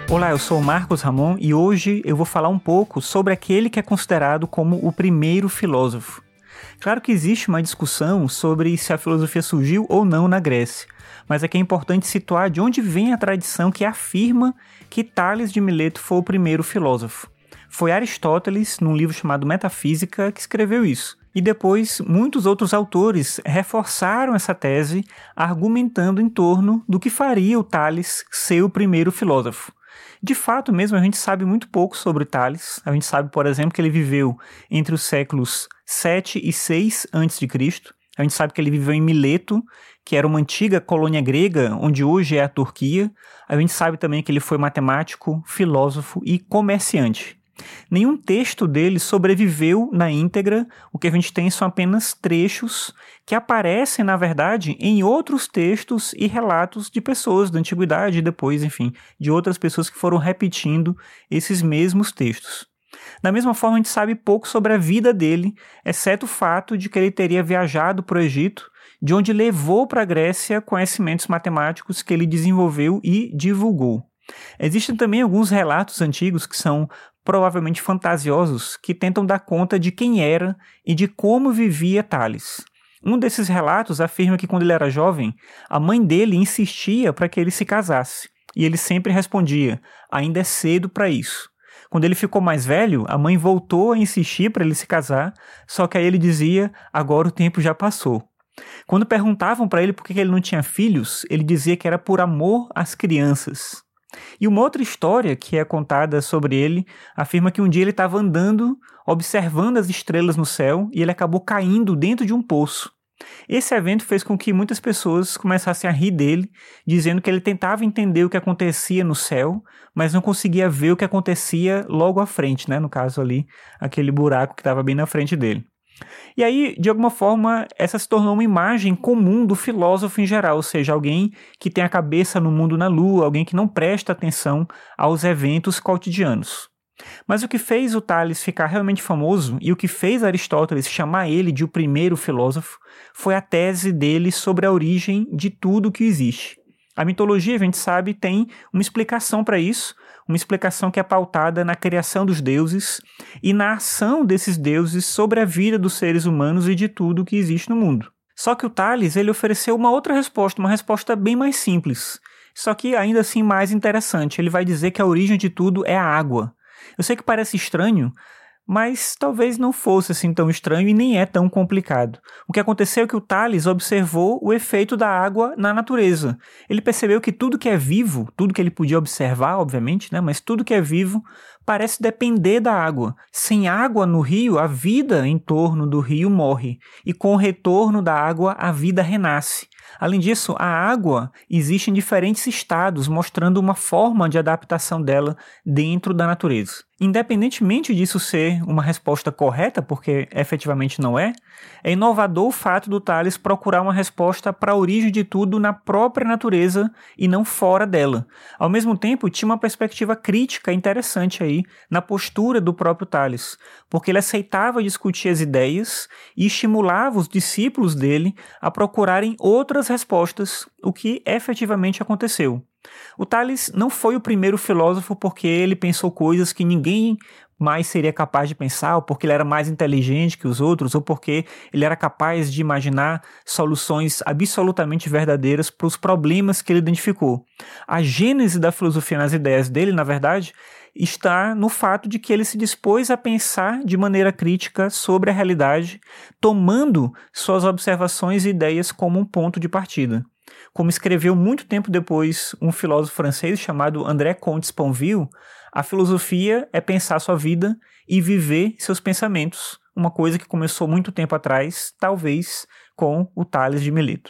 Olá, eu sou o Marcos Ramon e hoje eu vou falar um pouco sobre aquele que é considerado como o primeiro filósofo. Claro que existe uma discussão sobre se a filosofia surgiu ou não na Grécia, mas aqui é importante situar de onde vem a tradição que afirma que Tales de Mileto foi o primeiro filósofo. Foi Aristóteles, num livro chamado Metafísica, que escreveu isso. E depois, muitos outros autores reforçaram essa tese, argumentando em torno do que faria o Tales ser o primeiro filósofo. De fato mesmo, a gente sabe muito pouco sobre Tales. A gente sabe, por exemplo, que ele viveu entre os séculos 7 e 6 a.C. A gente sabe que ele viveu em Mileto, que era uma antiga colônia grega, onde hoje é a Turquia. A gente sabe também que ele foi matemático, filósofo e comerciante. Nenhum texto dele sobreviveu na íntegra, o que a gente tem são apenas trechos que aparecem, na verdade, em outros textos e relatos de pessoas da antiguidade e depois, enfim, de outras pessoas que foram repetindo esses mesmos textos. Da mesma forma, a gente sabe pouco sobre a vida dele, exceto o fato de que ele teria viajado para o Egito, de onde levou para a Grécia conhecimentos matemáticos que ele desenvolveu e divulgou. Existem também alguns relatos antigos que são provavelmente fantasiosos, que tentam dar conta de quem era e de como vivia Tales. Um desses relatos afirma que quando ele era jovem, a mãe dele insistia para que ele se casasse, e ele sempre respondia, ainda é cedo para isso. Quando ele ficou mais velho, a mãe voltou a insistir para ele se casar, só que aí ele dizia, agora o tempo já passou. Quando perguntavam para ele por que ele não tinha filhos, ele dizia que era por amor às crianças. E uma outra história que é contada sobre ele afirma que um dia ele estava andando, observando as estrelas no céu e ele acabou caindo dentro de um poço. Esse evento fez com que muitas pessoas começassem a rir dele, dizendo que ele tentava entender o que acontecia no céu, mas não conseguia ver o que acontecia logo à frente, né? No caso ali, aquele buraco que estava bem na frente dele. E aí, de alguma forma, essa se tornou uma imagem comum do filósofo em geral, ou seja, alguém que tem a cabeça no mundo na lua, alguém que não presta atenção aos eventos cotidianos. Mas o que fez o Tales ficar realmente famoso e o que fez Aristóteles chamar ele de o primeiro filósofo foi a tese dele sobre a origem de tudo que existe. A mitologia, a gente sabe, tem uma explicação para isso, uma explicação que é pautada na criação dos deuses e na ação desses deuses sobre a vida dos seres humanos e de tudo que existe no mundo. Só que o Tales ele ofereceu uma outra resposta, uma resposta bem mais simples, só que ainda assim mais interessante. Ele vai dizer que a origem de tudo é a água. Eu sei que parece estranho, mas talvez não fosse assim tão estranho e nem é tão complicado. O que aconteceu é que o Tales observou o efeito da água na natureza. Ele percebeu que tudo que é vivo, tudo que ele podia observar, obviamente, né, mas tudo que é vivo parece depender da água. Sem água no rio, a vida em torno do rio morre, e com o retorno da água, a vida renasce. Além disso, a água existe em diferentes estados, mostrando uma forma de adaptação dela dentro da natureza. Independentemente disso ser uma resposta correta, porque efetivamente não é inovador o fato do Tales procurar uma resposta para a origem de tudo na própria natureza e não fora dela. Ao mesmo tempo, tinha uma perspectiva crítica interessante aí na postura do próprio Tales, porque ele aceitava discutir as ideias e estimulava os discípulos dele a procurarem outras respostas, o que efetivamente aconteceu. O Tales não foi o primeiro filósofo porque ele pensou coisas que ninguém mais seria capaz de pensar, ou porque ele era mais inteligente que os outros, ou porque ele era capaz de imaginar soluções absolutamente verdadeiras para os problemas que ele identificou. A gênese da filosofia nas ideias dele, na verdade, está no fato de que ele se dispôs a pensar de maneira crítica sobre a realidade, tomando suas observações e ideias como um ponto de partida. Como escreveu muito tempo depois um filósofo francês chamado André Comte-Sponville, a filosofia é pensar sua vida e viver seus pensamentos, uma coisa que começou muito tempo atrás, talvez com o Tales de Mileto.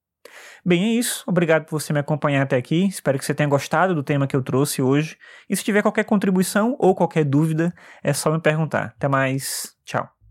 Bem, é isso. Obrigado por você me acompanhar até aqui. Espero que você tenha gostado do tema que eu trouxe hoje. E se tiver qualquer contribuição ou qualquer dúvida, é só me perguntar. Até mais. Tchau.